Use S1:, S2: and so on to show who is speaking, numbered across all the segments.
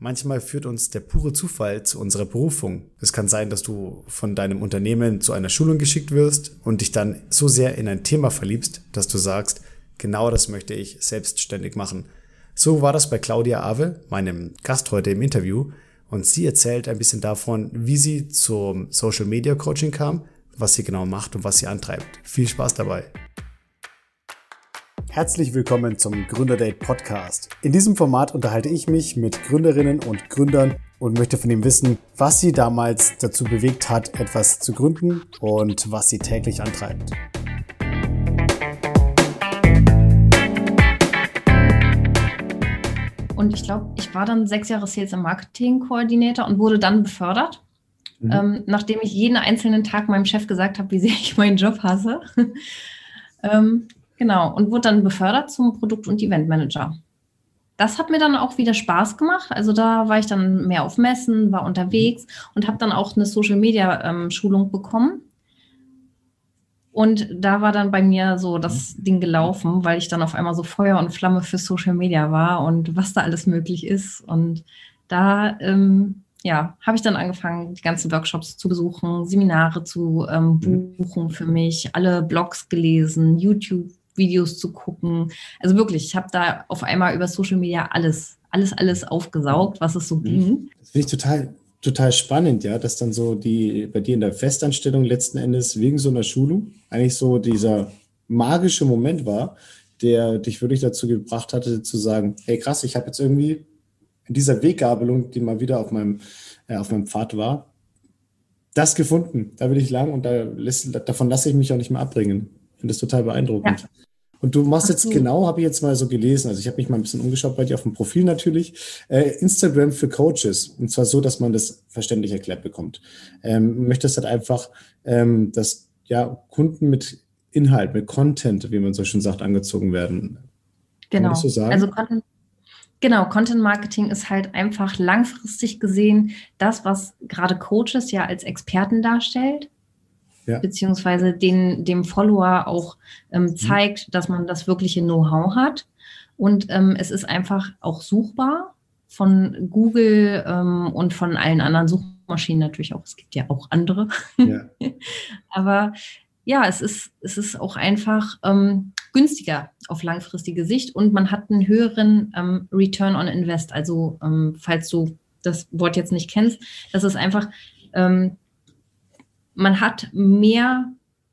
S1: Manchmal führt uns der pure Zufall zu unserer Berufung. Es kann sein, dass du von deinem Unternehmen zu einer Schulung geschickt wirst und dich dann so sehr in ein Thema verliebst, dass du sagst, genau das möchte ich selbstständig machen. So war das bei Claudia Awe, meinem Gast heute im Interview, und sie erzählt ein bisschen davon, wie sie zum Social Media Coaching kam, was sie genau macht und was sie antreibt. Viel Spaß dabei! Herzlich willkommen zum Gründerdate Podcast. In diesem Format unterhalte ich mich mit Gründerinnen und Gründern und möchte von ihnen wissen, was sie damals dazu bewegt hat, etwas zu gründen und was sie täglich antreibt.
S2: Und ich glaube, ich war dann 6 Jahre Sales- und Marketing-Koordinator und wurde dann befördert, nachdem ich jeden einzelnen Tag meinem Chef gesagt habe, wie sehr ich meinen Job hasse. Genau, und wurde dann befördert zum Produkt- und Eventmanager. Das hat mir dann auch wieder Spaß gemacht. Also da war ich dann mehr auf Messen, war unterwegs und habe dann auch eine Social-Media-Schulung bekommen. Und da war dann bei mir so das Ding gelaufen, weil ich dann auf einmal so Feuer und Flamme für Social Media war und was da alles möglich ist. Und da habe ich dann angefangen, die ganzen Workshops zu besuchen, Seminare zu buchen für mich, alle Blogs gelesen, YouTube-Videos zu gucken. Also wirklich, ich habe da auf einmal über Social Media alles aufgesaugt, was es so ging.
S1: Das finde ich total spannend, ja, dass dann so bei dir in der Festanstellung letzten Endes wegen so einer Schulung eigentlich so dieser magische Moment war, der dich wirklich dazu gebracht hatte, zu sagen, hey krass, ich habe jetzt irgendwie in dieser Weggabelung, die mal wieder auf meinem Pfad war, das gefunden. Da will ich lang und davon lasse ich mich auch nicht mehr abbringen. Ich finde das total beeindruckend. Ja. Und du machst jetzt genau, habe ich jetzt mal so gelesen, also ich habe mich mal ein bisschen umgeschaut bei dir auf dem Profil natürlich, Instagram für Coaches. Und zwar so, dass man das verständlich erklärt bekommt. Möchtest halt einfach, dass Kunden mit Inhalt, mit Content, wie man so schön sagt, angezogen werden.
S2: Genau. Kann man das so sagen? Also Content Marketing ist halt einfach langfristig gesehen das, was gerade Coaches ja als Experten darstellt. Ja. Beziehungsweise dem Follower auch zeigt, dass man das wirkliche Know-how hat. Und es ist einfach auch suchbar von Google und von allen anderen Suchmaschinen natürlich auch. Es gibt ja auch andere. Ja. Aber ja, es ist auch einfach günstiger auf langfristige Sicht und man hat einen höheren Return on Invest. Also falls du das Wort jetzt nicht kennst, das ist einfach man hat mehr,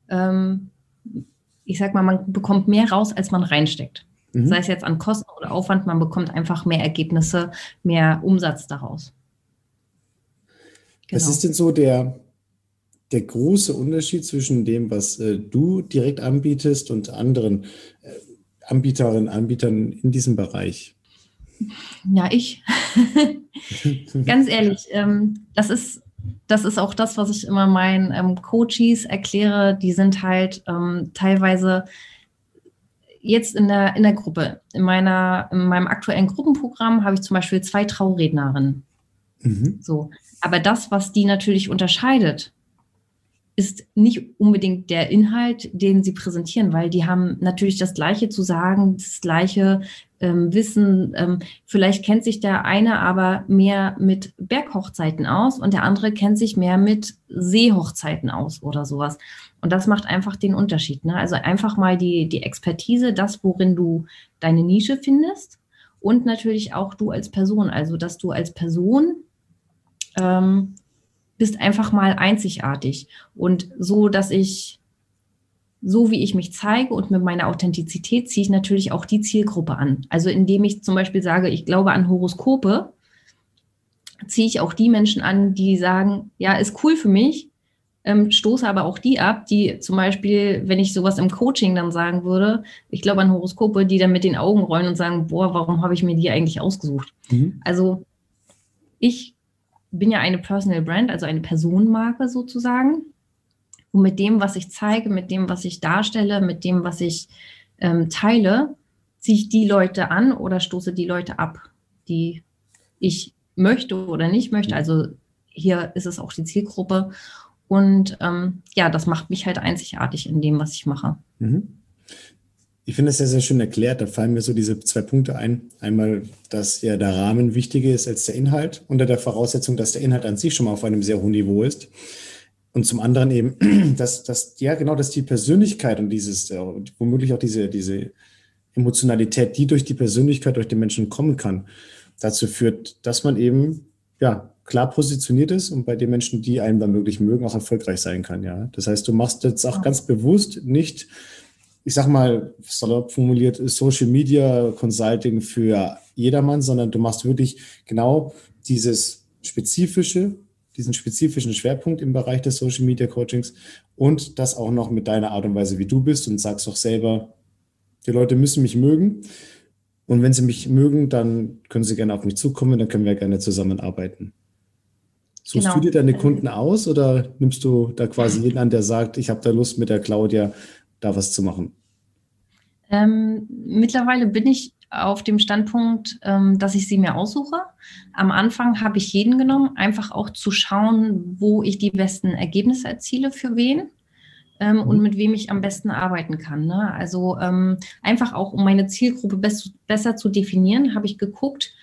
S2: ich sag mal, man bekommt mehr raus, als man reinsteckt. Sei es jetzt an Kosten oder Aufwand, man bekommt einfach mehr Ergebnisse, mehr Umsatz daraus.
S1: Genau. Was ist denn so der große Unterschied zwischen dem, was du direkt anbietest und anderen Anbieterinnen und Anbietern in diesem Bereich?
S2: Ja, ich. Ganz ehrlich, das ist auch das, was ich immer meinen Coaches erkläre. Die sind halt teilweise jetzt in der Gruppe. In meinem aktuellen Gruppenprogramm habe ich zum Beispiel 2 Traurednerinnen. So. Aber das, was die natürlich unterscheidet, ist nicht unbedingt der Inhalt, den sie präsentieren, weil die haben natürlich das Gleiche zu sagen, das gleiche Wissen. Vielleicht kennt sich der eine aber mehr mit Berghochzeiten aus und der andere kennt sich mehr mit Seehochzeiten aus oder sowas. Und das macht einfach den Unterschied. Ne? Also einfach mal die Expertise, das, worin du deine Nische findest und natürlich auch du als Person. Also dass du als Person bist einfach mal einzigartig und so, wie ich mich zeige und mit meiner Authentizität ziehe ich natürlich auch die Zielgruppe an. Also indem ich zum Beispiel sage, ich glaube an Horoskope, ziehe ich auch die Menschen an, die sagen, ja, ist cool für mich, stoße aber auch die ab, die zum Beispiel, wenn ich sowas im Coaching dann sagen würde, ich glaube an Horoskope, die dann mit den Augen rollen und sagen, boah, warum habe ich mir die eigentlich ausgesucht? Also ich bin ja eine Personal Brand, also eine Personenmarke sozusagen. Und mit dem, was ich zeige, mit dem, was ich darstelle, mit dem, was ich teile, ziehe ich die Leute an oder stoße die Leute ab, die ich möchte oder nicht möchte. Also hier ist es auch die Zielgruppe. Und das macht mich halt einzigartig in dem, was ich mache.
S1: Ich finde das sehr, sehr schön erklärt. Da fallen mir so diese zwei Punkte ein. Einmal, dass ja der Rahmen wichtiger ist als der Inhalt, unter der Voraussetzung, dass der Inhalt an sich schon mal auf einem sehr hohen Niveau ist. Und zum anderen eben, ja genau, dass die Persönlichkeit und womöglich auch diese Emotionalität, die durch die Persönlichkeit, durch den Menschen kommen kann, dazu führt, dass man eben, ja, klar positioniert ist und bei den Menschen, die einen dann wirklich mögen, auch erfolgreich sein kann, ja. Das heißt, du machst jetzt auch ganz bewusst nicht, ich sag mal, salopp formuliert, Social Media Consulting für jedermann, sondern du machst wirklich genau diesen spezifischen Schwerpunkt im Bereich des Social Media Coachings und das auch noch mit deiner Art und Weise, wie du bist und sagst auch selber, die Leute müssen mich mögen und wenn sie mich mögen, dann können sie gerne auf mich zukommen, dann können wir gerne zusammenarbeiten. Suchst du
S2: Genau.
S1: dir deine Kunden aus oder nimmst du da quasi jeden an, der sagt, ich habe da Lust mit der Claudia da was zu machen?
S2: Mittlerweile bin ich auf dem Standpunkt, dass ich sie mir aussuche. Am Anfang habe ich jeden genommen, einfach auch zu schauen, wo ich die besten Ergebnisse erziele für wen und mit wem ich am besten arbeiten kann. Ne? Also einfach auch, um meine Zielgruppe besser zu definieren, habe ich geguckt,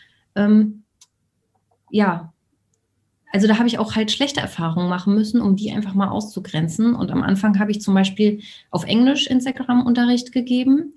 S2: ja, also da habe ich auch halt schlechte Erfahrungen machen müssen, um die einfach mal auszugrenzen. Und am Anfang habe ich zum Beispiel auf Englisch Instagram-Unterricht gegeben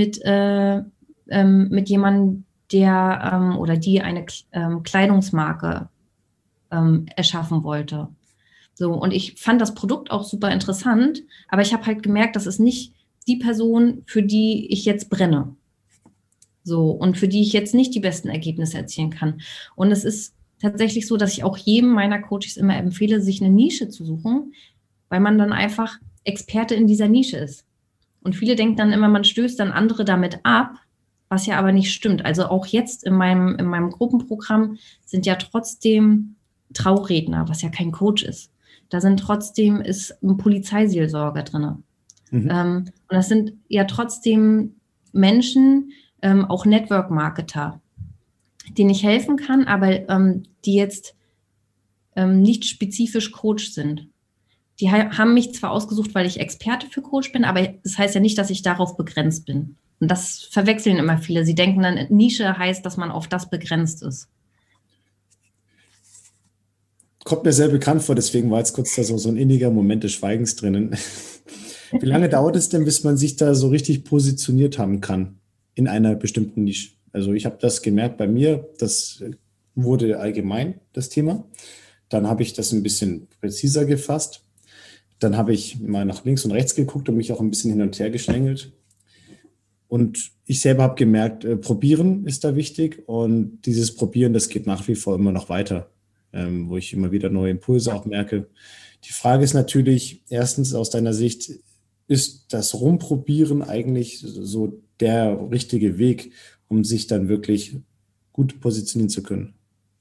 S2: mit jemandem, der oder die eine Kleidungsmarke erschaffen wollte. So, und ich fand das Produkt auch super interessant, aber ich habe halt gemerkt, das ist nicht die Person, für die ich jetzt brenne. So, und für die ich jetzt nicht die besten Ergebnisse erzielen kann. Und es ist tatsächlich so, dass ich auch jedem meiner Coaches immer empfehle, sich eine Nische zu suchen, weil man dann einfach Experte in dieser Nische ist. Und viele denken dann immer, man stößt dann andere damit ab, was ja aber nicht stimmt. Also auch jetzt in meinem Gruppenprogramm sind ja trotzdem Trauredner, was ja kein Coach ist. Da ist ein Polizeiseelsorger drin. Und das sind ja trotzdem Menschen, auch Network-Marketer, denen ich helfen kann, aber die jetzt nicht spezifisch Coach sind. Die haben mich zwar ausgesucht, weil ich Experte für Coach bin, aber das heißt ja nicht, dass ich darauf begrenzt bin. Und das verwechseln immer viele. Sie denken dann, Nische heißt, dass man auf das begrenzt ist.
S1: Kommt mir sehr bekannt vor, deswegen war jetzt kurz da so ein inniger Moment des Schweigens drinnen. Wie lange dauert es denn, bis man sich da so richtig positioniert haben kann in einer bestimmten Nische? Also ich habe das gemerkt bei mir, das wurde allgemein das Thema. Dann habe ich das ein bisschen präziser gefasst. Dann habe ich mal nach links und rechts geguckt und mich auch ein bisschen hin und her geschlängelt. Und ich selber habe gemerkt, probieren ist da wichtig und dieses Probieren, das geht nach wie vor immer noch weiter, wo ich immer wieder neue Impulse auch merke. Die Frage ist natürlich, erstens aus deiner Sicht, ist das Rumprobieren eigentlich so der richtige Weg, um sich dann wirklich gut positionieren zu können?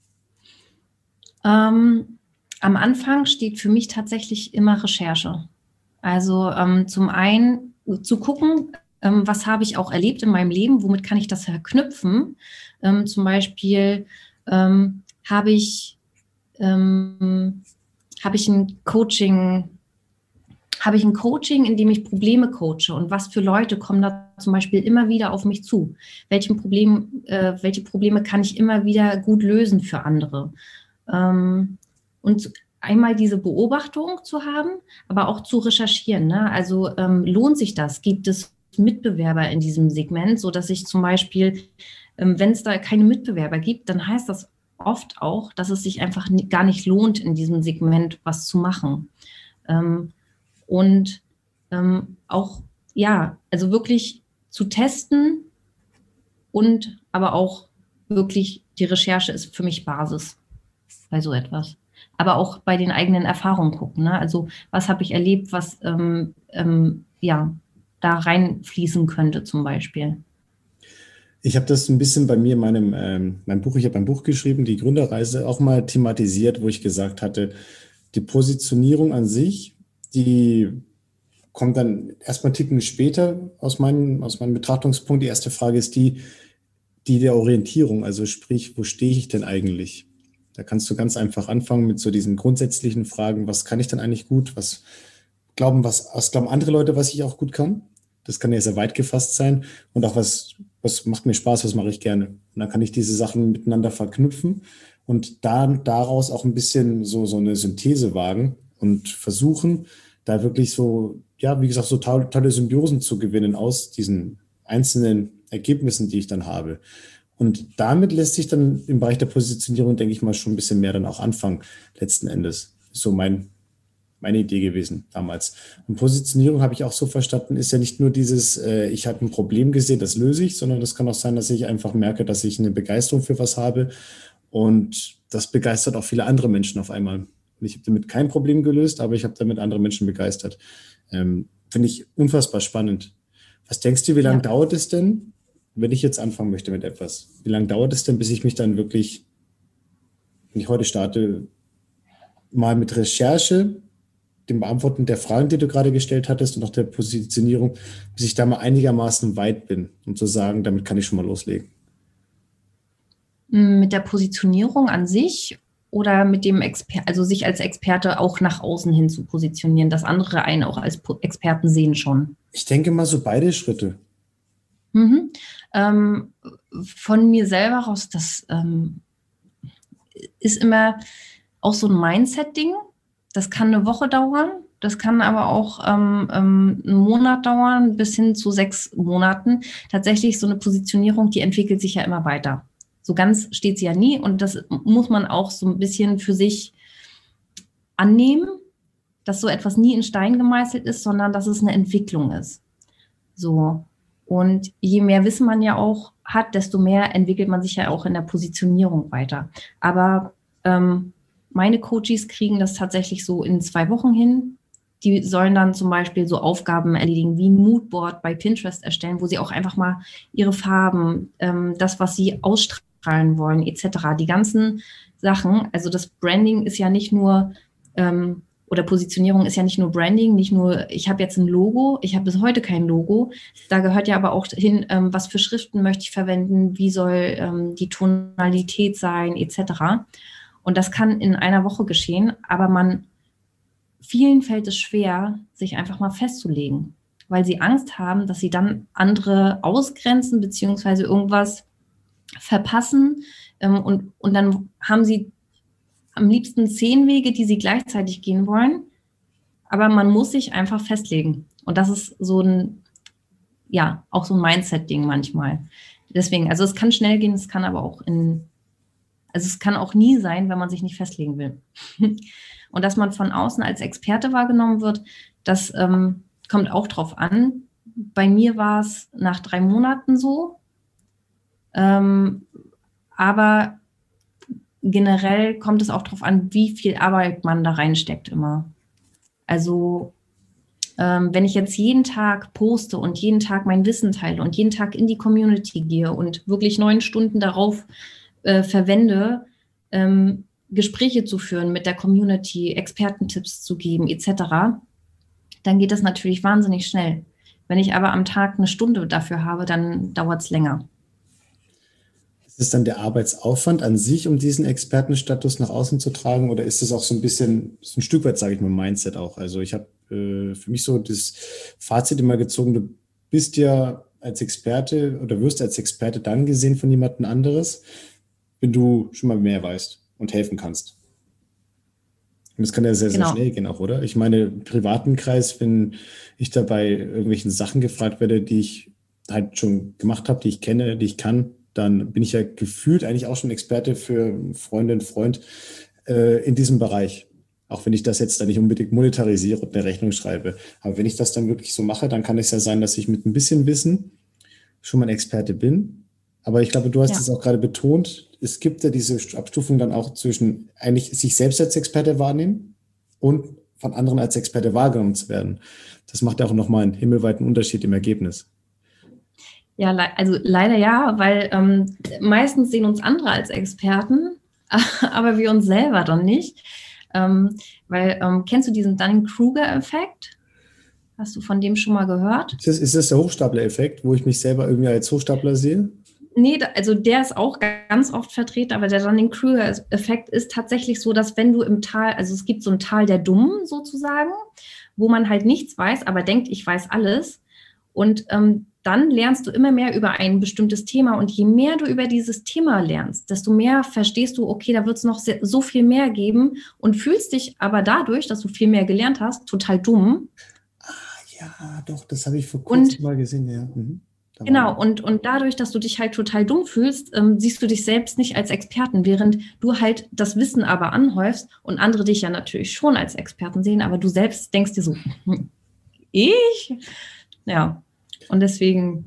S2: Am Anfang steht für mich tatsächlich immer Recherche. Also zum einen zu gucken, was habe ich auch erlebt in meinem Leben, womit kann ich das verknüpfen? Zum Beispiel habe ich ein Coaching, in dem ich Probleme coache und was für Leute kommen da zum Beispiel immer wieder auf mich zu? Welche Probleme kann ich immer wieder gut lösen für andere? Und einmal diese Beobachtung zu haben, aber auch zu recherchieren. Ne? Also lohnt sich das? Gibt es Mitbewerber in diesem Segment, sodass ich zum Beispiel, wenn es da keine Mitbewerber gibt, dann heißt das oft auch, dass es sich einfach gar nicht lohnt, in diesem Segment was zu machen. Und auch, ja, also wirklich zu testen und aber auch wirklich die Recherche ist für mich Basis bei so etwas. Aber auch bei den eigenen Erfahrungen gucken. Ne? Also was habe ich erlebt, was ja, da reinfließen könnte zum Beispiel.
S1: Ich habe das ein bisschen bei mir in meinem Buch, ich habe ein Buch geschrieben, die Gründerreise, auch mal thematisiert, wo ich gesagt hatte, die Positionierung an sich, die kommt dann erstmal einen Ticken später aus meinem Betrachtungspunkt. Die erste Frage ist die der Orientierung, also sprich, wo stehe ich denn eigentlich? Da kannst du ganz einfach anfangen mit so diesen grundsätzlichen Fragen, was kann ich denn eigentlich gut? Was glauben andere Leute, was ich auch gut kann? Das kann ja sehr weit gefasst sein und auch was macht mir Spaß, was mache ich gerne. Und dann kann ich diese Sachen miteinander verknüpfen und dann daraus auch ein bisschen so eine Synthese wagen und versuchen, da wirklich so, ja, wie gesagt, so tolle Symbiosen zu gewinnen aus diesen einzelnen Ergebnissen, die ich dann habe. Und damit lässt sich dann im Bereich der Positionierung, denke ich mal, schon ein bisschen mehr dann auch anfangen, letzten Endes. Ist so meine Idee gewesen damals. Und Positionierung habe ich auch so verstanden, ist ja nicht nur dieses, ich habe ein Problem gesehen, das löse ich, sondern das kann auch sein, dass ich einfach merke, dass ich eine Begeisterung für was habe und das begeistert auch viele andere Menschen auf einmal. Und ich habe damit kein Problem gelöst, aber ich habe damit andere Menschen begeistert. Finde ich unfassbar spannend. Was denkst du, wie lange
S2: Ja.
S1: dauert es denn, wenn ich jetzt anfangen möchte mit etwas? Wie lange dauert es denn, bis ich mich dann wirklich, wenn ich heute starte, mal mit Recherche, dem Beantworten der Fragen, die du gerade gestellt hattest und auch der Positionierung, bis ich da mal einigermaßen weit bin, um zu sagen, damit kann ich schon mal loslegen.
S2: Mit der Positionierung an sich oder mit dem also sich als Experte auch nach außen hin zu positionieren, dass andere einen auch als Experten sehen schon?
S1: Ich denke mal so beide Schritte.
S2: Mhm. Von mir selber raus, das ist immer auch so ein Mindset-Ding. Das kann eine Woche dauern, das kann aber auch einen Monat dauern, bis hin zu 6 Monaten. Tatsächlich so eine Positionierung, die entwickelt sich ja immer weiter. So ganz steht sie ja nie und das muss man auch so ein bisschen für sich annehmen, dass so etwas nie in Stein gemeißelt ist, sondern dass es eine Entwicklung ist. So. Und je mehr Wissen man ja auch hat, desto mehr entwickelt man sich ja auch in der Positionierung weiter. Aber meine Coaches kriegen das tatsächlich so in 2 Wochen hin. Die sollen dann zum Beispiel so Aufgaben erledigen, wie ein Moodboard bei Pinterest erstellen, wo sie auch einfach mal ihre Farben, das, was sie ausstrahlen wollen, etc., die ganzen Sachen. Also das Branding ist ja nicht nur oder Positionierung ist ja nicht nur Branding, nicht nur, ich habe jetzt ein Logo, ich habe bis heute kein Logo. Da gehört ja aber auch hin, was für Schriften möchte ich verwenden, wie soll die Tonalität sein, etc. Und das kann in einer Woche geschehen, aber vielen fällt es schwer, sich einfach mal festzulegen, weil sie Angst haben, dass sie dann andere ausgrenzen beziehungsweise irgendwas verpassen und dann haben sie am liebsten 10 Wege, die sie gleichzeitig gehen wollen, aber man muss sich einfach festlegen. Und das ist so auch so ein Mindset-Ding manchmal. Deswegen, also es kann schnell gehen, es kann aber auch es kann auch nie sein, wenn man sich nicht festlegen will. Und dass man von außen als Experte wahrgenommen wird, das kommt auch drauf an. Bei mir war es nach 3 Monaten so, aber generell kommt es auch darauf an, wie viel Arbeit man da reinsteckt immer. Also wenn ich jetzt jeden Tag poste und jeden Tag mein Wissen teile und jeden Tag in die Community gehe und wirklich 9 Stunden darauf verwende, Gespräche zu führen mit der Community, Expertentipps zu geben etc., dann geht das natürlich wahnsinnig schnell. Wenn ich aber am Tag 1 Stunde dafür habe, dann dauert es länger.
S1: Ist es dann der Arbeitsaufwand an sich, um diesen Expertenstatus nach außen zu tragen, oder ist es auch so ein Stück weit, sage ich mal, Mindset auch? Also ich habe für mich so das Fazit immer gezogen, du bist ja als Experte oder wirst als Experte dann gesehen von jemandem anderes, wenn du schon mal mehr weißt und helfen kannst. Und das kann ja sehr, sehr schnell gehen auch, oder? Ich meine, im privaten Kreis, wenn ich dabei irgendwelchen Sachen gefragt werde, die ich halt schon gemacht habe, die ich kenne, die ich kann, dann bin ich ja gefühlt eigentlich auch schon Experte für Freundin, Freund in diesem Bereich. Auch wenn ich das jetzt dann nicht unbedingt monetarisiere und eine Rechnung schreibe. Aber wenn ich das dann wirklich so mache, dann kann es ja sein, dass ich mit ein bisschen Wissen schon mal ein Experte bin. Aber ich glaube, du hast es auch gerade betont, es gibt ja diese Abstufung dann auch zwischen eigentlich sich selbst als Experte wahrnehmen und von anderen als Experte wahrgenommen zu werden. Das macht ja auch nochmal einen himmelweiten Unterschied im Ergebnis.
S2: Ja, also leider ja, weil meistens sehen uns andere als Experten, aber wir uns selber dann nicht. Kennst du diesen Dunning-Kruger-Effekt? Hast du von dem schon mal gehört?
S1: Ist das der Hochstapler-Effekt, wo ich mich selber irgendwie als Hochstapler sehe?
S2: Nee, also der ist auch ganz oft vertreten, aber der Dunning-Kruger-Effekt ist tatsächlich so, dass wenn du im Tal, also es gibt so ein Tal der Dummen sozusagen, wo man halt nichts weiß, aber denkt, ich weiß alles. Und dann lernst du immer mehr über ein bestimmtes Thema. Und je mehr du über dieses Thema lernst, desto mehr verstehst du, okay, da wird es noch so viel mehr geben und fühlst dich aber dadurch, dass du viel mehr gelernt hast, total dumm.
S1: Ja, doch, das habe ich vor kurzem mal gesehen, ja.
S2: Genau, und dadurch, dass du dich halt total dumm fühlst, siehst du dich selbst nicht als Experten, während du halt das Wissen aber anhäufst und andere dich ja natürlich schon als Experten sehen, aber du selbst denkst dir so, ich? Ja, und deswegen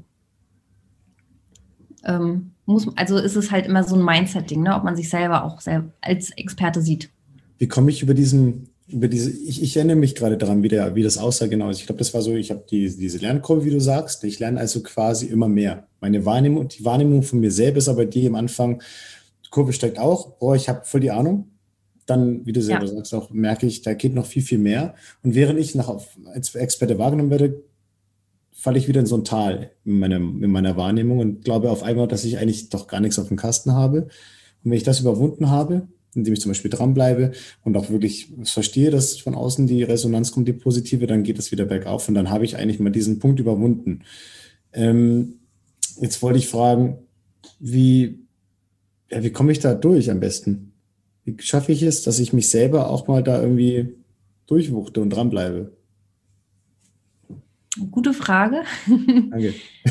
S2: ist es halt immer so ein Mindset-Ding, ne, ob man sich selber auch als Experte sieht.
S1: Wie komme ich ich erinnere mich gerade daran, wie das aussah genau. Ich glaube, das war so, ich habe diese Lernkurve, wie du sagst. Ich lerne also quasi immer mehr. Die Wahrnehmung von mir selber ist aber die am Anfang, die Kurve steigt auch, boah, ich habe voll die Ahnung. Dann, wie du selber sagst, auch merke ich, da geht noch viel, viel mehr. Und während ich als Experte wahrgenommen werde, falle ich wieder in so ein Tal in meiner Wahrnehmung und glaube auf einmal, dass ich eigentlich doch gar nichts auf dem Kasten habe. Und wenn ich das überwunden habe, indem ich zum Beispiel dranbleibe und auch wirklich verstehe, dass von außen die Resonanz kommt, die positive, dann geht es wieder bergauf und dann habe ich eigentlich mal diesen Punkt überwunden. Jetzt wollte ich fragen, wie komme ich da durch am besten? Wie schaffe ich es, dass ich mich selber auch mal da irgendwie durchwuchte und dranbleibe?
S2: Gute Frage.
S1: Danke.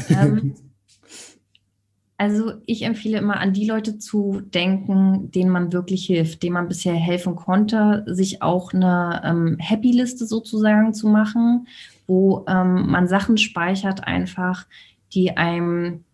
S2: Also ich empfehle immer, an die Leute zu denken, denen man wirklich hilft, denen man bisher helfen konnte, sich auch eine Happy-Liste sozusagen zu machen, wo man Sachen speichert einfach, die einem,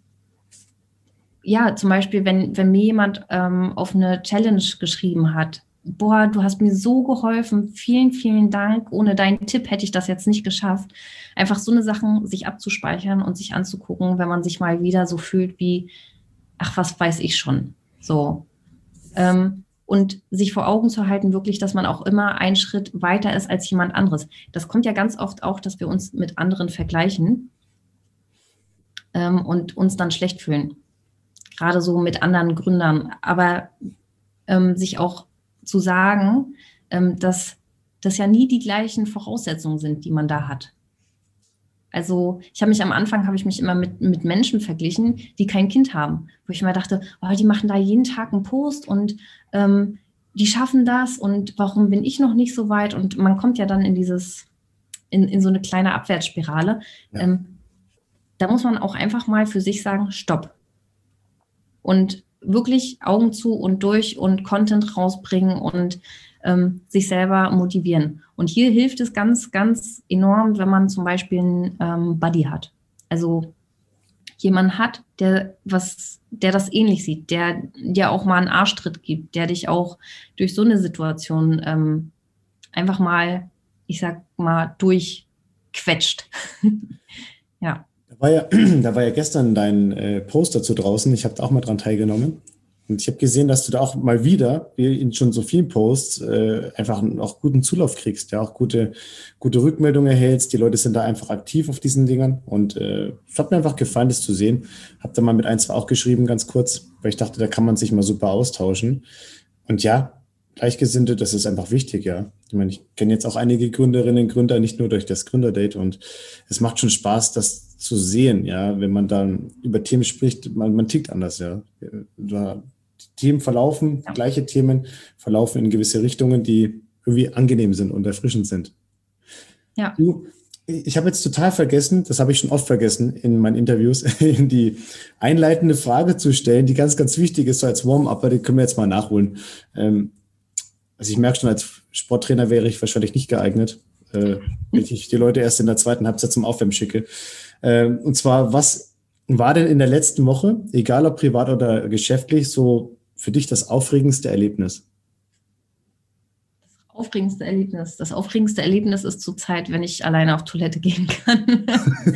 S2: ja, zum Beispiel, wenn mir jemand auf eine Challenge geschrieben hat, boah, du hast mir so geholfen, vielen, vielen Dank, ohne deinen Tipp hätte ich das jetzt nicht geschafft. Einfach so eine Sachen sich abzuspeichern und sich anzugucken, wenn man sich mal wieder so fühlt wie, ach, was weiß ich schon. So. Und sich vor Augen zu halten, wirklich, dass man auch immer einen Schritt weiter ist als jemand anderes. Das kommt ja ganz oft auch, dass wir uns mit anderen vergleichen und uns dann schlecht fühlen. Gerade so mit anderen Gründern. Aber sich auch zu sagen, dass das ja nie die gleichen Voraussetzungen sind, die man da hat. Also habe ich mich immer mit Menschen verglichen, die kein Kind haben, wo ich immer dachte, oh, die machen da jeden Tag einen Post und die schaffen das und warum bin ich noch nicht so weit? Und man kommt ja dann in so eine kleine Abwärtsspirale.
S1: Ja.
S2: Da muss man auch einfach mal für sich sagen, stopp. Und wirklich Augen zu und durch und Content rausbringen und sich selber motivieren. Und hier hilft es ganz, ganz enorm, wenn man zum Beispiel einen Buddy hat. Also jemanden hat, der das ähnlich sieht, der dir auch mal einen Arschtritt gibt, der dich auch durch so eine Situation einfach mal, ich sag mal, durchquetscht. Ja.
S1: Da war ja gestern dein Post dazu draußen. Ich habe da auch mal dran teilgenommen. Und ich habe gesehen, dass du da auch mal wieder, wie in schon so vielen Posts, einfach auch guten Zulauf kriegst, ja, auch gute Rückmeldungen erhältst. Die Leute sind da einfach aktiv auf diesen Dingern. Und es hat mir einfach gefallen, das zu sehen. Habe da mal mit ein, zwei auch geschrieben, ganz kurz, weil ich dachte, da kann man sich mal super austauschen. Und ja, Gleichgesinnte, das ist einfach wichtig, ja. Ich meine, ich kenne jetzt auch einige Gründerinnen und Gründer, nicht nur durch das Gründerdate. Und es macht schon Spaß, das zu sehen, ja, wenn man dann über Themen spricht, man tickt anders, ja. Die Themen verlaufen, gleiche Themen verlaufen in gewisse Richtungen, die irgendwie angenehm sind und erfrischend sind.
S2: Ja.
S1: Ich habe jetzt total vergessen, das habe ich schon oft vergessen in meinen Interviews, die einleitende Frage zu stellen, die ganz, ganz wichtig ist, so als Warm-up, aber die können wir jetzt mal nachholen. Also ich merke schon, als Sporttrainer wäre ich wahrscheinlich nicht geeignet, wenn ich die Leute erst in der zweiten Halbzeit zum Aufwärmen schicke. Und zwar, was war denn in der letzten Woche, egal ob privat oder geschäftlich, so für dich das aufregendste Erlebnis?
S2: Das aufregendste Erlebnis ist zurzeit, wenn ich alleine auf Toilette gehen kann.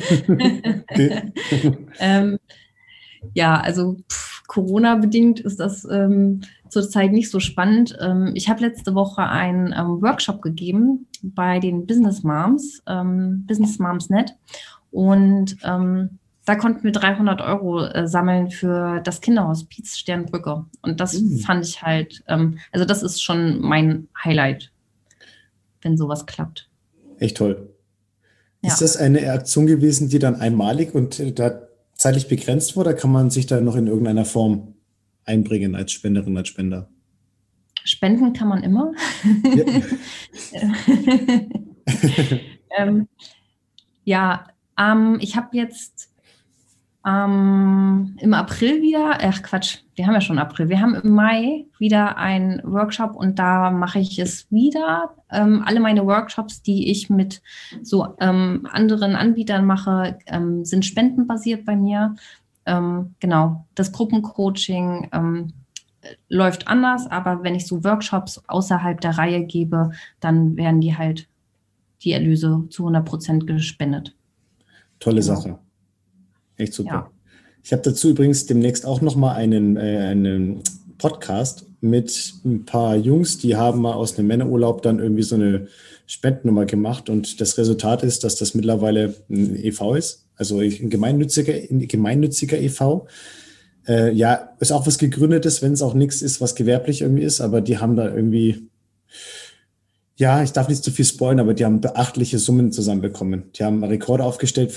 S2: Ja, also Corona-bedingt ist das zurzeit nicht so spannend. Ich habe letzte Woche einen Workshop gegeben bei den Business Moms, Business Moms Net. Und da konnten wir 300 € sammeln für das Kinderhospiz Sternbrücke. Und das fand ich halt, also das ist schon mein Highlight, wenn sowas klappt.
S1: Echt toll. Ist
S2: Ja.
S1: das eine Aktion gewesen, die dann einmalig und da zeitlich begrenzt war, oder kann man sich da noch in irgendeiner Form einbringen als Spenderin, als Spender?
S2: Spenden kann man immer.
S1: Ja.
S2: ähm, ja, ich habe jetzt im April wieder, ach Quatsch, wir haben ja schon April, wir haben im Mai wieder einen Workshop und da mache ich es wieder. Alle meine Workshops, die ich mit so anderen Anbietern mache, sind spendenbasiert bei mir. Genau, das Gruppencoaching läuft anders, aber wenn ich so Workshops außerhalb der Reihe gebe, dann werden die halt die Erlöse zu 100% gespendet.
S1: Tolle
S2: Genau.
S1: Sache. Echt super.
S2: Ja.
S1: Ich habe dazu übrigens demnächst auch nochmal einen Podcast mit ein paar Jungs, die haben mal aus einem Männerurlaub dann irgendwie so eine Spendennummer gemacht und das Resultat ist, dass das mittlerweile ein e.V. ist, also ein gemeinnütziger e.V. Ja, ist auch was Gegründetes, wenn es auch nichts ist, was gewerblich irgendwie ist, aber die haben da irgendwie, ja, ich darf nicht zu viel spoilern, aber die haben beachtliche Summen zusammenbekommen. Die haben Rekorde aufgestellt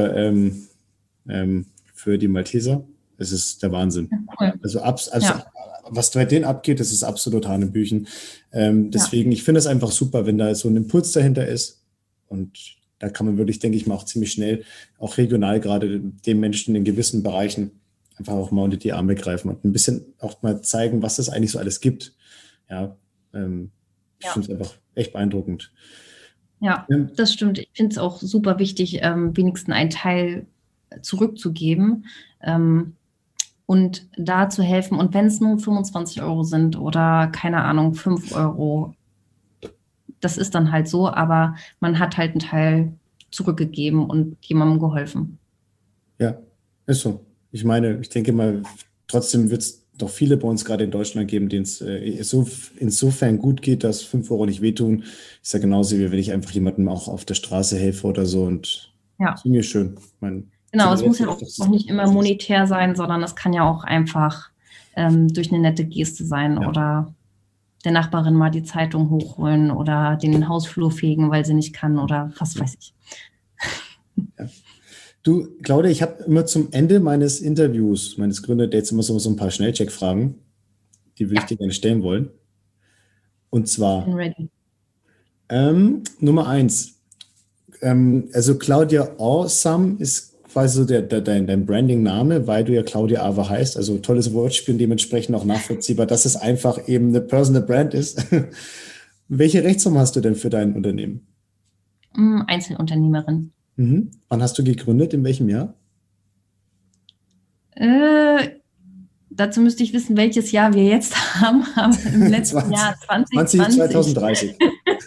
S1: für die Malteser. Es ist der Wahnsinn.
S2: Cool.
S1: Also
S2: Ja.
S1: was bei denen abgeht, das ist absolut Hanebüchen.
S2: Ja.
S1: Ich finde es einfach super, wenn da so ein Impuls dahinter ist. Und da kann man wirklich, denke ich mal, auch ziemlich schnell, auch regional gerade den Menschen in gewissen Bereichen einfach auch mal unter die Arme greifen und ein bisschen auch mal zeigen, was es eigentlich so alles gibt. Ja, ich
S2: Ja.
S1: finde es einfach echt beeindruckend.
S2: Ja, das stimmt. Ich finde es auch super wichtig, wenigstens einen Teil zurückzugeben und da zu helfen. Und wenn es nur 25 Euro sind oder keine Ahnung, 5 Euro, das ist dann halt so, aber man hat halt einen Teil zurückgegeben und jemandem geholfen.
S1: Ja, ist so. Ich meine, ich denke mal, trotzdem wird es doch viele bei uns gerade in Deutschland geben, denen es insofern gut geht, dass 5 Euro nicht wehtun. Ist ja genauso, wie wenn ich einfach jemandem auch auf der Straße helfe oder so. Und
S2: Ja.
S1: das ist mir schön. Ich meine,
S2: Genau, es muss ja
S1: Zigarette ist
S2: auch nicht immer monetär sein, sondern es kann ja auch einfach durch eine nette Geste sein
S1: Ja.
S2: oder der Nachbarin mal die Zeitung hochholen oder den Hausflur fegen, weil sie nicht kann oder was weiß ich.
S1: Ja. Du, Claudia, ich habe immer zum Ende meines Interviews, meines Gründerdates, immer so ein paar Schnellcheck-Fragen, die würde ich dir gerne stellen wollen. Und zwar,
S2: Bin ready.
S1: Nummer 1. Also Claudia Awesome ist quasi so dein Branding-Name, weil du ja Claudia Awe heißt. Also tolles Wortspiel und dementsprechend auch nachvollziehbar, dass es einfach eben eine Personal Brand ist. Welche Rechtsform hast du denn für dein Unternehmen?
S2: Einzelunternehmerin.
S1: Mhm. Wann hast du gegründet? In welchem Jahr?
S2: Dazu müsste ich wissen, welches Jahr wir jetzt haben. Aber im letzten Jahr
S1: 2030.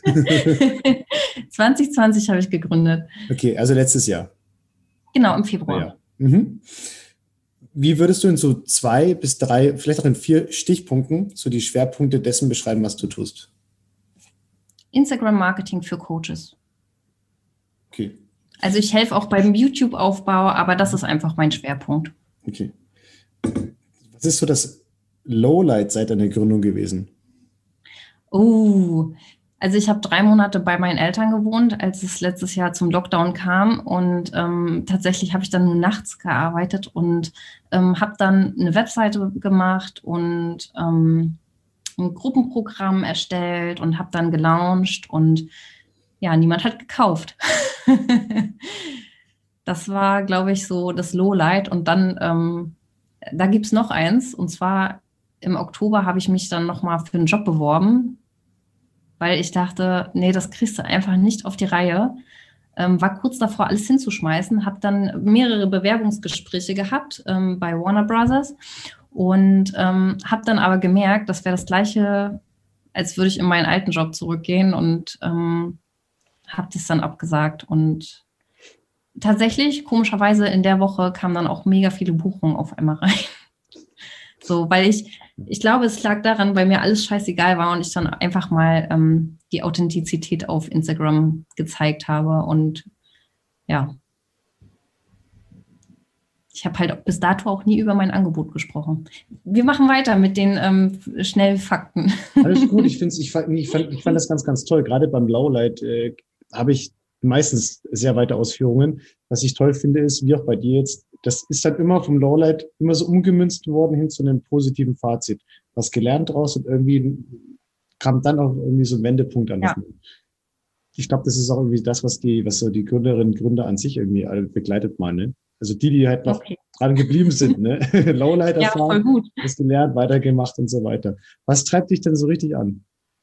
S2: 2020 habe ich gegründet.
S1: Okay, also letztes Jahr.
S2: Genau, im Februar.
S1: Ja. Mhm. Wie würdest du in so 2 bis 3, vielleicht auch in 4 Stichpunkten so die Schwerpunkte dessen beschreiben, was du tust?
S2: Instagram-Marketing für Coaches.
S1: Okay.
S2: Also ich helfe auch beim YouTube-Aufbau, aber das ist einfach mein Schwerpunkt.
S1: Okay. Was ist so das Lowlight seit deiner Gründung gewesen?
S2: Also ich habe 3 Monate bei meinen Eltern gewohnt, als es letztes Jahr zum Lockdown kam und tatsächlich habe ich dann nur nachts gearbeitet und habe dann eine Webseite gemacht und ein Gruppenprogramm erstellt und habe dann gelauncht und ja, niemand hat gekauft. Das war, glaube ich, so das Lowlight und dann da gibt es noch eins und zwar im Oktober habe ich mich dann nochmal für einen Job beworben, weil ich dachte, nee, das kriegst du einfach nicht auf die Reihe. War kurz davor, alles hinzuschmeißen, habe dann mehrere Bewerbungsgespräche gehabt bei Warner Brothers und habe dann aber gemerkt, das wäre das Gleiche, als würde ich in meinen alten Job zurückgehen und habe das dann abgesagt. Und tatsächlich, komischerweise, in der Woche kamen dann auch mega viele Buchungen auf einmal rein. So, weil ich glaube, es lag daran, weil mir alles scheißegal war und ich dann einfach mal die Authentizität auf Instagram gezeigt habe. Und ja, ich habe halt bis dato auch nie über mein Angebot gesprochen. Wir machen weiter mit den Schnellfakten.
S1: Alles gut, ich fand das ganz, ganz toll. Gerade beim Lowlight habe ich meistens sehr weite Ausführungen. Was ich toll finde, ist, wie auch bei dir jetzt, das ist dann immer vom Lowlight immer so umgemünzt worden hin zu einem positiven Fazit. Was gelernt draus und irgendwie kam dann auch irgendwie so ein Wendepunkt an.
S2: Ja,
S1: Ich glaube, das ist auch irgendwie das, was so die Gründerinnen und Gründer an sich irgendwie alle begleitet mal, ne? Also die halt noch
S2: okay.
S1: dran geblieben sind, ne? Lowlight
S2: Ja, voll
S1: erfahren,
S2: gut.
S1: das gelernt, weitergemacht und so weiter. Was treibt dich denn so richtig an?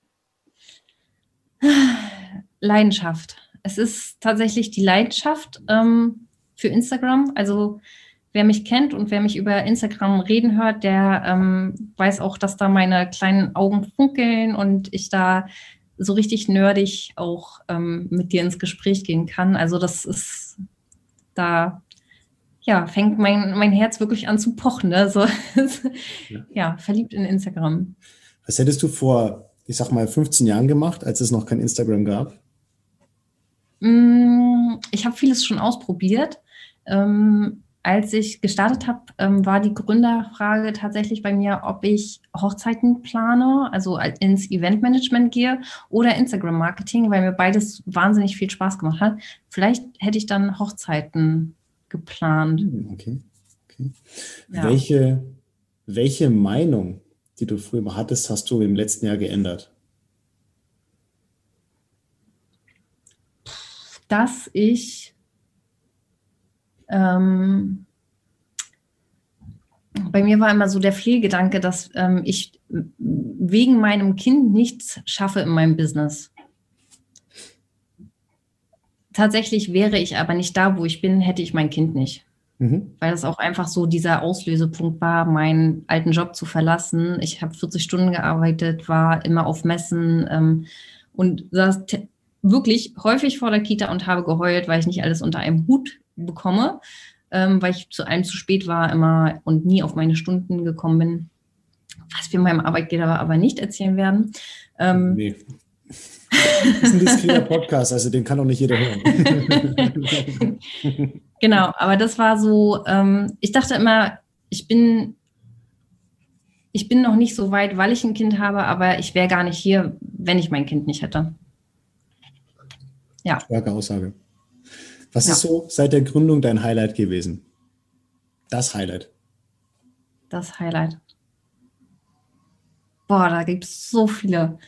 S2: Leidenschaft. Es ist tatsächlich die Leidenschaft für Instagram. Also wer mich kennt und wer mich über Instagram reden hört, der weiß auch, dass da meine kleinen Augen funkeln und ich da so richtig nerdig auch mit dir ins Gespräch gehen kann. Also das ist, da ja, fängt mein Herz wirklich an zu pochen. Ne? So, ja, verliebt in Instagram.
S1: Was hättest du vor, ich sag mal, 15 Jahren gemacht, als es noch kein Instagram gab?
S2: Ich habe vieles schon ausprobiert. Als ich gestartet habe, war die Gründerfrage tatsächlich bei mir, ob ich Hochzeiten plane, also ins Eventmanagement gehe oder Instagram-Marketing, weil mir beides wahnsinnig viel Spaß gemacht hat. Vielleicht hätte ich dann Hochzeiten geplant.
S1: Okay. Okay.
S2: Ja.
S1: Welche Meinung, die du früher hattest, hast du im letzten Jahr geändert?
S2: Dass ich bei mir war immer so der Fehlgedanke, dass ich wegen meinem Kind nichts schaffe in meinem Business. Tatsächlich wäre ich aber nicht da, wo ich bin, hätte ich mein Kind nicht. Weil das auch einfach so dieser Auslösepunkt war, meinen alten Job zu verlassen. Ich habe 40 Stunden gearbeitet, war immer auf Messen und saß wirklich häufig vor der Kita und habe geheult, weil ich nicht alles unter einem Hut bekomme, weil ich zu allem zu spät war immer und nie auf meine Stunden gekommen bin, was wir meinem Arbeitgeber aber nicht erzählen werden.
S1: Nee. Das ist ein diskreter Podcast, also den kann auch nicht jeder hören.
S2: Genau, aber das war so, ich dachte immer, ich bin noch nicht so weit, weil ich ein Kind habe, aber ich wäre gar nicht hier, wenn ich mein Kind nicht hätte. Ja.
S1: Starke Aussage. Was ist so seit der Gründung dein Highlight gewesen? Das Highlight.
S2: Das Highlight. Boah, da gibt es so viele.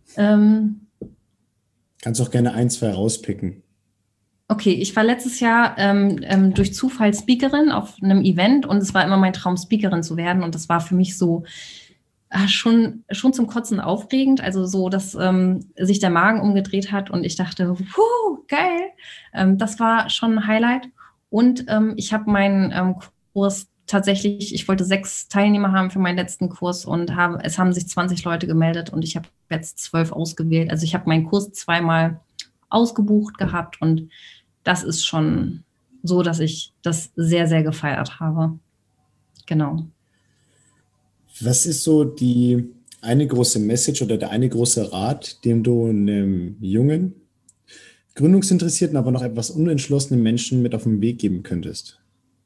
S1: Kannst auch gerne 1, 2 rauspicken.
S2: Okay, ich war letztes Jahr durch Zufall Speakerin auf einem Event und es war immer mein Traum, Speakerin zu werden. Und das war für mich so schon zum Kotzen aufregend. Also so, dass sich der Magen umgedreht hat und ich dachte, geil. Das war schon ein Highlight. Und ich habe meinen Kurs tatsächlich, ich wollte 6 Teilnehmer haben für meinen letzten Kurs und es haben sich 20 Leute gemeldet und ich habe jetzt 12 ausgewählt. Also ich habe meinen Kurs 2-mal ausgebucht gehabt und das ist schon so, dass ich das sehr, sehr gefeiert habe. Genau.
S1: Was ist so die eine große Message oder der eine große Rat, den du einem jungen, gründungsinteressierten, aber noch etwas unentschlossenen Menschen mit auf den Weg geben könntest?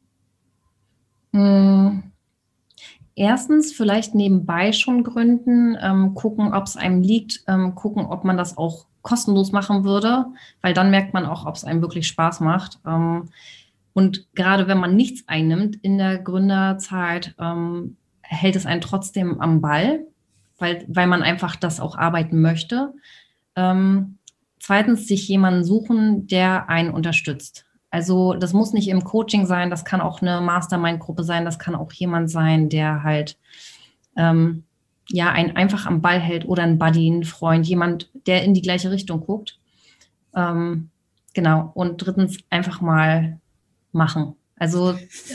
S2: Erstens vielleicht nebenbei schon gründen, gucken, ob es einem liegt, gucken, ob man das auch kostenlos machen würde, weil dann merkt man auch, ob es einem wirklich Spaß macht. Und gerade wenn man nichts einnimmt in der Gründerzeit, hält es einen trotzdem am Ball, weil man einfach das auch arbeiten möchte. Zweitens, sich jemanden suchen, der einen unterstützt. Also das muss nicht im Coaching sein, das kann auch eine Mastermind-Gruppe sein, das kann auch jemand sein, der halt einen einfach am Ball hält oder ein Buddy, ein Freund, jemand, der in die gleiche Richtung guckt. Genau. Und drittens, einfach mal machen. Also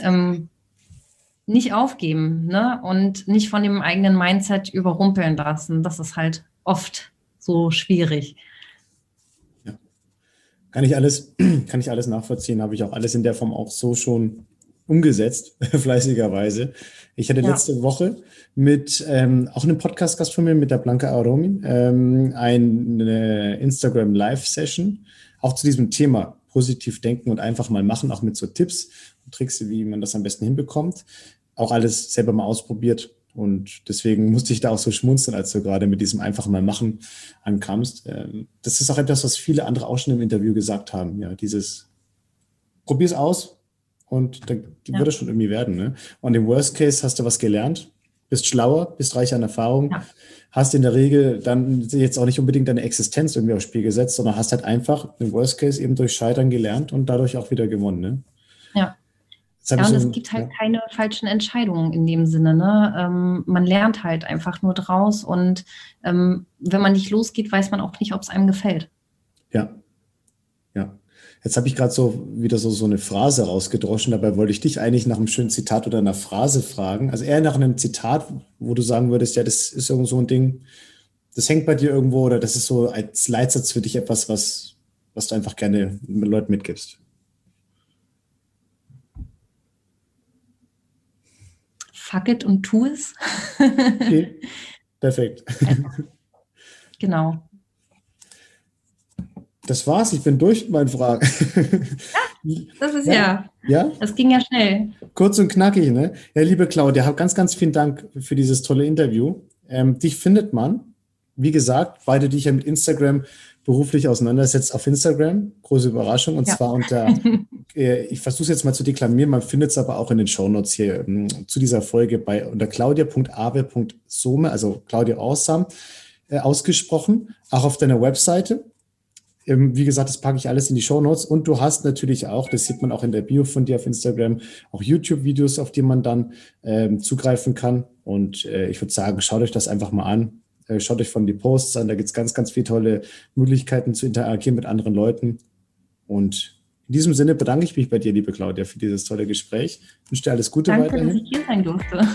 S2: nicht aufgeben, ne? Und nicht von dem eigenen Mindset überrumpeln lassen. Das ist halt oft so schwierig.
S1: Ja. Kann ich alles nachvollziehen, habe ich auch alles in der Form auch so schon umgesetzt, fleißigerweise. Ich hatte letzte Woche mit auch einem Podcast-Gast von mir, mit der Blanca Aromi, eine Instagram-Live-Session, auch zu diesem Thema positiv denken und einfach mal machen, auch mit so Tipps und Tricks, wie man das am besten hinbekommt. Auch alles selber mal ausprobiert, Und deswegen musste ich da auch so schmunzeln, als du gerade mit diesem einfach mal machen ankamst. Das ist auch etwas, was viele andere auch schon im Interview gesagt haben. Ja, dieses probier's aus und dann wird es schon irgendwie werden. Ne? Und im Worst Case hast du was gelernt, bist schlauer, bist reicher an Erfahrung, hast in der Regel dann jetzt auch nicht unbedingt deine Existenz irgendwie aufs Spiel gesetzt, sondern hast halt einfach im Worst Case eben durch Scheitern gelernt und dadurch auch wieder gewonnen. Ne?
S2: Ja. Und es gibt halt keine falschen Entscheidungen in dem Sinne. Ne? Man lernt halt einfach nur draus und wenn man nicht losgeht, weiß man auch nicht, ob es einem gefällt.
S1: Ja. Jetzt habe ich gerade wieder so eine Phrase rausgedroschen, dabei wollte ich dich eigentlich nach einem schönen Zitat oder einer Phrase fragen. Also eher nach einem Zitat, wo du sagen würdest, ja, das ist irgend so ein Ding, das hängt bei dir irgendwo oder das ist so als Leitsatz für dich etwas, was du einfach gerne mit Leuten mitgibst.
S2: Fuck it und tu es.
S1: Okay, perfekt.
S2: Genau.
S1: Das war's, ich bin durch mit meinen Fragen.
S2: Das ist ja. Das ging ja schnell.
S1: Kurz und knackig, ne? Ja, liebe Claudia, ganz, ganz vielen Dank für dieses tolle Interview. Dich findet man, wie gesagt, weil du dich ja mit Instagram beruflich auseinandersetzt auf Instagram. Große Überraschung. Und zwar unter, ich versuche es jetzt mal zu deklamieren, man findet es aber auch in den Shownotes hier zu dieser Folge unter claudia.awe.some, also Claudia Awesome, ausgesprochen, auch auf deiner Webseite. Wie gesagt, das packe ich alles in die Shownotes. Und du hast natürlich auch, das sieht man auch in der Bio von dir auf Instagram, auch YouTube-Videos, auf die man dann zugreifen kann. Und ich würde sagen, schaut euch das einfach mal an. Schaut euch von die Posts an. Da gibt es ganz, ganz viele tolle Möglichkeiten zu interagieren mit anderen Leuten. Und in diesem Sinne bedanke ich mich bei dir, liebe Claudia, für dieses tolle Gespräch. Ich wünsche dir alles Gute weiterhin.
S2: Danke, dass ich hier sein durfte.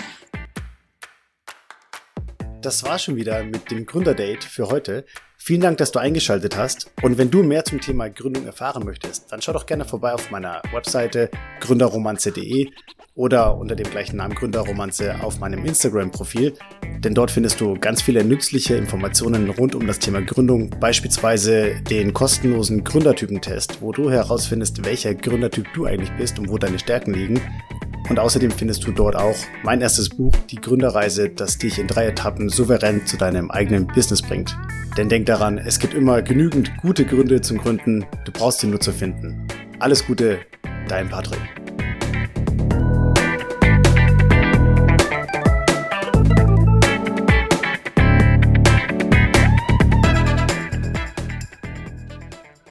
S3: Das war schon wieder mit dem Gründerdate für heute. Vielen Dank, dass du eingeschaltet hast. Und wenn du mehr zum Thema Gründung erfahren möchtest, dann schau doch gerne vorbei auf meiner Webseite gründerromanze.de oder unter dem gleichen Namen Gründerromanze auf meinem Instagram-Profil. Denn dort findest du ganz viele nützliche Informationen rund um das Thema Gründung, beispielsweise den kostenlosen Gründertypentest, wo du herausfindest, welcher Gründertyp du eigentlich bist und wo deine Stärken liegen. Und außerdem findest du dort auch mein erstes Buch, Die Gründerreise, das dich in 3 Etappen souverän zu deinem eigenen Business bringt. Denn denk daran, es gibt immer genügend gute Gründe zum Gründen, du brauchst sie nur zu finden. Alles Gute, dein Patrick.